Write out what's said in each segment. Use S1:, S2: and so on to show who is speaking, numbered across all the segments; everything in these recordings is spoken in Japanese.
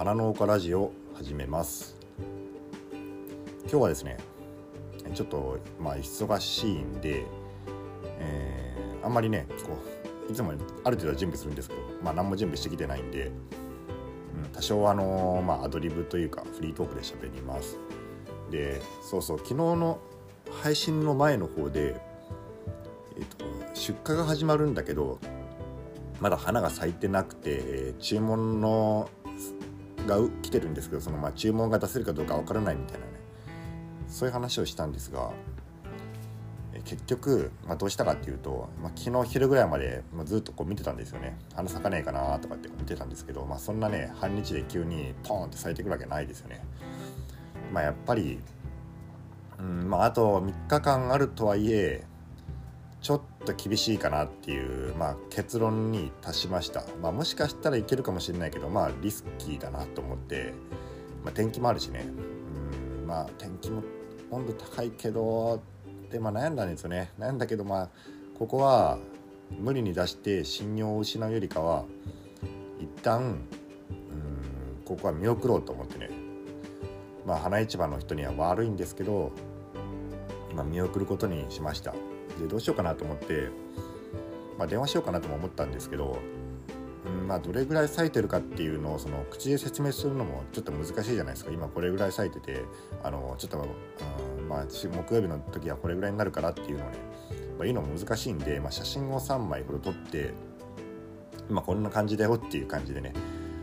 S1: 花農家ラジオを始めます。今日はですねちょっと忙しいんで、あんまりねいつもある程度は準備するんですけど、何も準備してきてないんで、多少アドリブというかフリートークで喋ります。で、昨日の配信の前の方で、出荷が始まるんだけどまだ花が咲いてなくて、注文が来てるんですけど、注文が出せるかどうかわからないみたいなね、そういう話をしたんですが、結局、どうしたかっていうと、昨日昼ぐらいまでずっと見てたんですよね。花咲かねえかなとかって見てたんですけど、そんなね半日で急にポーンって咲いてくるわけないですよね。やっぱり、あと3日間あるとはいえちょっと厳しいかなっていう、結論に達しました。もしかしたらいけるかもしれないけど、リスキーだなと思って、天気もあるしね、天気も温度高いけどで、悩んだんですよね。悩んだけど、ここは無理に出して信用を失うよりかは一旦ここは見送ろうと思ってね、花市場の人には悪いんですけど、見送ることにしました。で、どうしようかなと思って、電話しようかなとも思ったんですけど、どれぐらい咲いてるかっていうのを口で説明するのもちょっと難しいじゃないですか。今これぐらい咲いてて、ちょっと木曜日の時はこれぐらいになるからっていうのをね、言うのも難しいんで、写真を3枚ほど撮って今こんな感じだよっていう感じでね、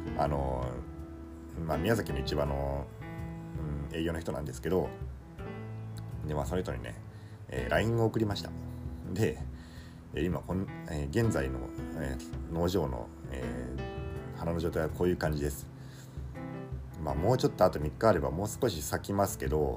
S1: 宮崎の市場の、営業の人なんですけど、でその人にね、LINE を送りました。で今現在の、農場の、花の状態はこういう感じです。もうちょっとあと3日あればもう少し咲きますけど、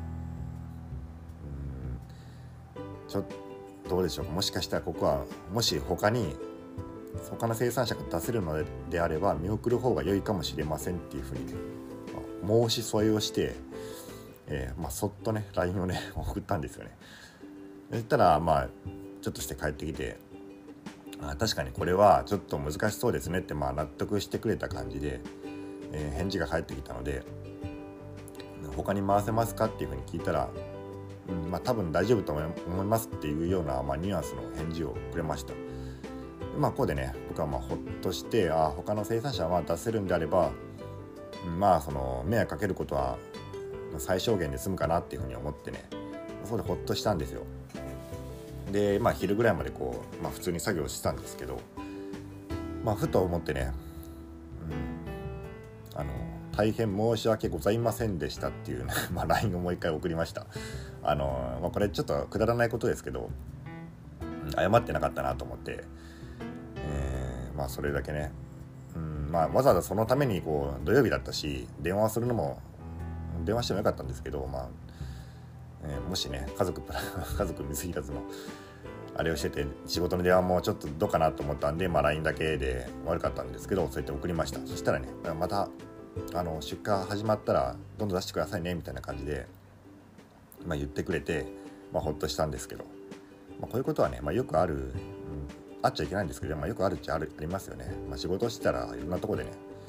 S1: ちょっとどうでしょう。もしかしたらここはもし他の生産者が出せるのであれば見送る方が良いかもしれませんっていうふうにね、申し添えをして、そっとね LINE をね送ったんですよね。そしたらちょっとして帰ってきて、確かにこれはちょっと難しそうですねって、納得してくれた感じで、返事が返ってきたので、他に回せますかっていうふうに聞いたら、多分大丈夫と思いますっていうような、ニュアンスの返事をくれました。ここでね僕はほっとして、他の生産者は出せるんであれば、迷惑かけることは最小限で済むかなっていうふうに思ってね、そこでほっとしたんですよ。で昼ぐらいまで普通に作業してたんですけど、ふと思ってね、大変申し訳ございませんでしたっていう、ねLINE をもう一回送りました。これちょっとくだらないことですけど、謝ってなかったなと思って、それだけね、わざわざそのために土曜日だったし電話してもよかったんですけど、もしね家族水入らずのあれをしてて仕事の電話もちょっとどうかなと思ったんで、LINE だけで悪かったんですけど、そうやって送りました。そしたらね、また出荷始まったらどんどん出してくださいねみたいな感じで、言ってくれて、ほっとしたんですけど、こういうことはね、よくある、あっちゃいけないんですけど、よくあるっちゃありますよね。仕事をしてたらいろんなところでね、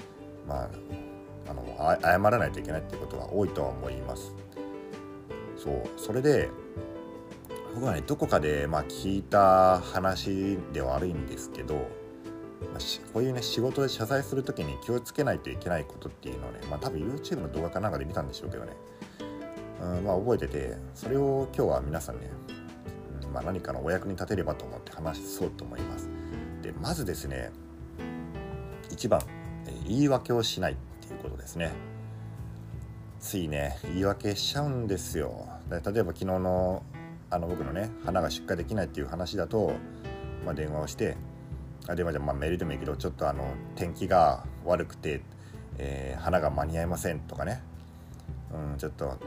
S1: 謝らないといけないっていうことは多いとは思います。それで僕はねどこかで聞いた話では悪いんですけど、こういうね仕事で謝罪するときに気をつけないといけないことっていうのをね、多分 YouTube の動画かなんかで見たんでしょうけどね、覚えてて、それを今日は皆さんね、何かのお役に立てればと思って話そうと思います。で、まずですね、一番、言い訳をしないっていうことですね。ついね言い訳しちゃうんですよ。例えば昨日の僕のね花が出荷できないっていう話だと、電話をして電話じゃメールでもいいけど、ちょっと天気が悪くて、花が間に合いませんとかね、ちょっと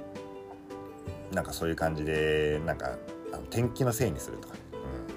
S1: そういう感じで天気のせいにするとかね、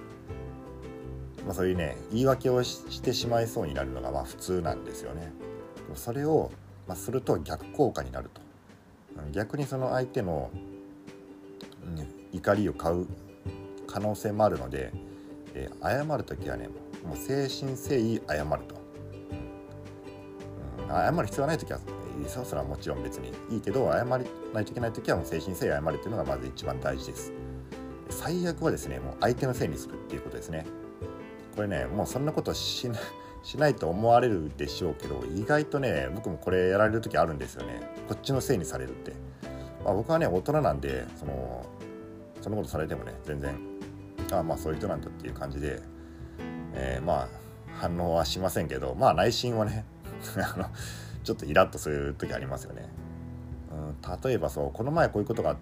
S1: そういうね言い訳をしてしまいそうになるのが普通なんですよね。それを、すると逆効果になると、逆にその相手の、怒りを買う可能性もあるので、謝るときはねもう誠心誠意謝ると、 謝る必要はない時はそれはもちろん別にいいけど、謝らないといけない時はもう誠心誠意謝るっていうのがまず一番大事です。最悪はですね、もう相手のせいにするっていうことですね。これね、もうそんなことしないと思われるでしょうけど、意外とね僕もこれやられる時あるんですよね。こっちのせいにされるって、僕はね大人なんで、そのことされてもね全然そういう人なんだっていう感じで、反応はしませんけど、内心はねちょっとイラッとする時ありますよね。例えばこの前こういうことがあって、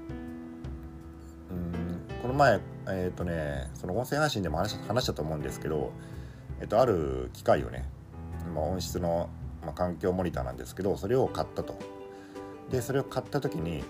S1: この前その音声配信でも話したと思うんですけど、ある機械をね、音質の、環境モニターなんですけど、それを買ったと。でそれを買った時に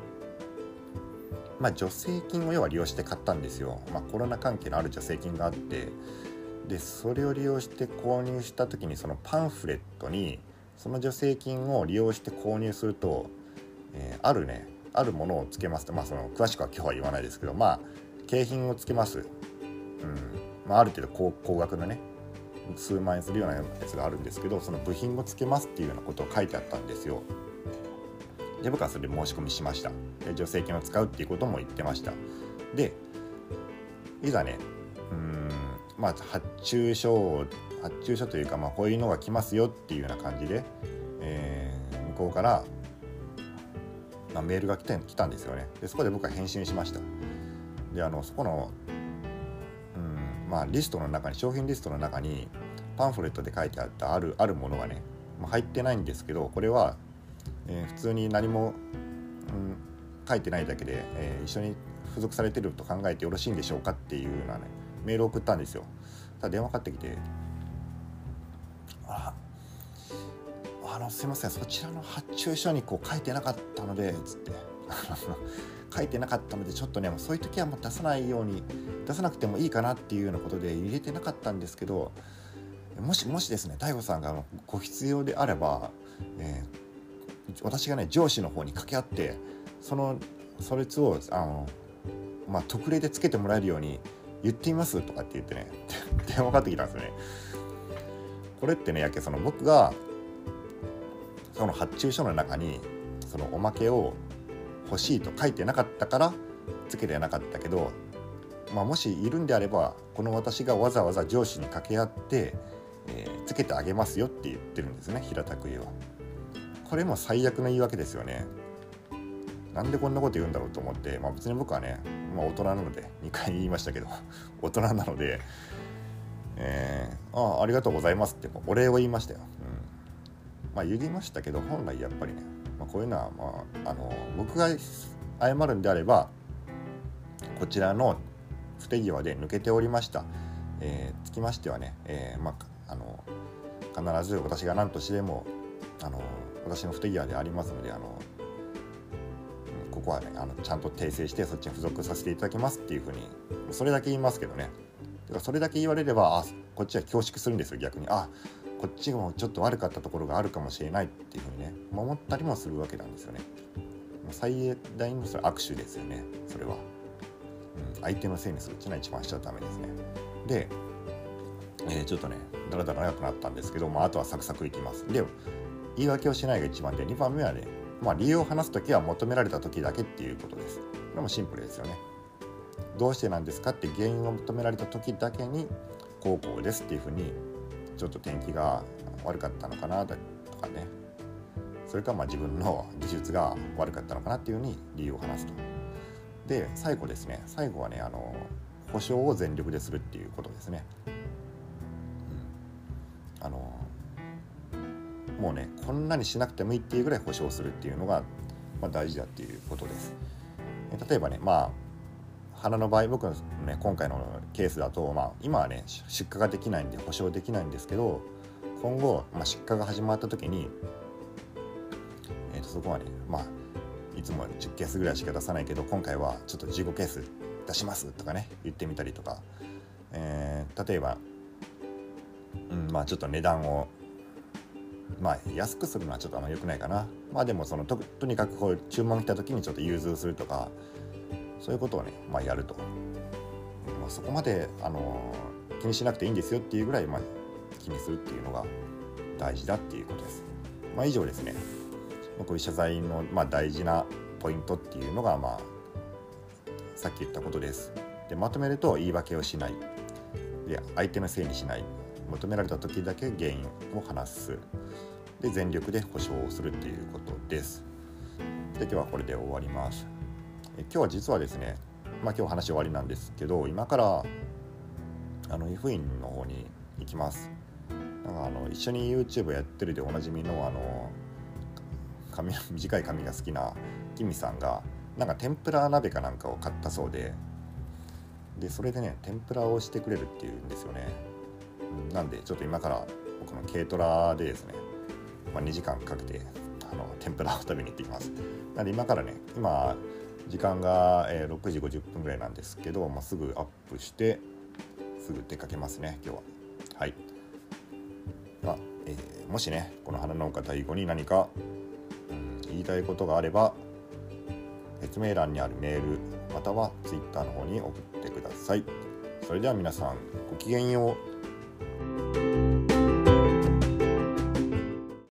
S1: 助成金を要は利用して買ったんですよ。コロナ関係のある助成金があって、でそれを利用して購入した時に、そのパンフレットにその助成金を利用して購入すると、あるものをつけますと、その詳しくは今日は言わないですけど、景品をつけます。ある程度高額のね数万円するようなやつがあるんですけど、その部品をつけますっていうようなことを書いてあったんですよ。で僕はそれで申し込みしました。で助成金を使うっていうことも言ってました。でいざね発注書というか、こういうのが来ますよっていうような感じで、向こうから、メールが来たんですよね。でそこで僕は返信しました。でそこの、リストの中に、商品リストの中にパンフレットで書いてあったあるものがね、入ってないんですけど、これは、普通に何も、書いてないだけで、一緒に付属されてると考えてよろしいんでしょうかっていうようなねメールを送ったんですよ。ただ電話かかってきて、すいません、そちらの発注書に書いてなかったのでつって書いてなかったのでちょっとね、そういう時はもう出さなくてもいいかなっていうようなことで入れてなかったんですけど、もしですね大悟さんがご必要であれば、私がね上司の方に掛け合ってそれつを特例でつけてもらえるように言ってみますとかって言ってね電話かかってきたんですよね。これってね僕がその発注書の中にそのおまけを欲しいと書いてなかったからつけてなかったけど、もしいるんであればこの私がわざわざ上司に掛け合って、つけてあげますよって言ってるんですね、平たく言えば。これも最悪の言い訳ですよね。なんでこんなこと言うんだろうと思って、別に僕はね、大人なので2回言いましたけど大人なので、ありがとうございますってお礼を言いましたよ。言いましたけど、本来やっぱりね、こういうのは、僕が謝るんであればこちらの不手際で抜けておりました、つきましてはね、必ず私が何としてでも私の不手際でありますので、ここはねちゃんと訂正してそっちに付属させていただきますっていうふうにそれだけ言いますけどね。だからそれだけ言われればこっちは恐縮するんですよ、逆に。こっちもちょっと悪かったところがあるかもしれないっていうふうにね思ったりもするわけなんですよね。最大の握手ですよね、それは。相手のせいにするっていうのは一番しちゃダメですね。で、ちょっとねだらだら長くなったんですけど、あとはサクサクいきます。で言い訳をしないが一番で、2番目はね、理由を話すときは求められたときだけっていうことです。これもシンプルですよね。どうしてなんですかって原因を求められたときだけにこうですっていうふうに、ちょっと天気が悪かったのかなとかね、それか自分の技術が悪かったのかなっていうふうに理由を話すと。で最後はね保証を全力でするっていうことですね。もうねこんなにしなくてもいいっていうぐらい保証するっていうのが、大事だっていうことです。例えばね花の場合、僕のね今回のケースだと、今はね出荷ができないんで保証できないんですけど、今後、出荷が始まった時に、そこはねいつも10ケースぐらいしか出さないけど今回はちょっと15ケース出しますとかね言ってみたりとか、例えば、ちょっと値段を安くするのはちょっと良くないかな。でもとにかく注文来た時にちょっと融通するとか、そういうことをねやると、そこまで気にしなくていいんですよっていうぐらい気にするっていうのが大事だっていうことです。以上ですね。こういう謝罪の、大事なポイントっていうのが、さっき言ったことです。でまとめると、言い訳をしない、で相手のせいにしない、求められた時だけ原因を話す、で全力で保証をするっていうことです。で今日はこれで終わります。今日は実はですね、今日話終わりなんですけど、今から湯布院の方に行きます。一緒に YouTube やってるでおなじみの短い髪が好きなキミさんが天ぷら鍋かなんかを買ったそうで、それでね天ぷらをしてくれるっていうんですよね。なんでちょっと今から僕の軽トラでですね、2時間かけて天ぷらを食べに行ってきます。なんで今からね、今時間が6時50分ぐらいなんですけど、すぐアップしてすぐ出かけますね今日は。はい。もしねこの花農家第5に何か、言いたいことがあれば、説明欄にあるメールまたは Twitter の方に送ってください。それでは皆さんごきげんよう。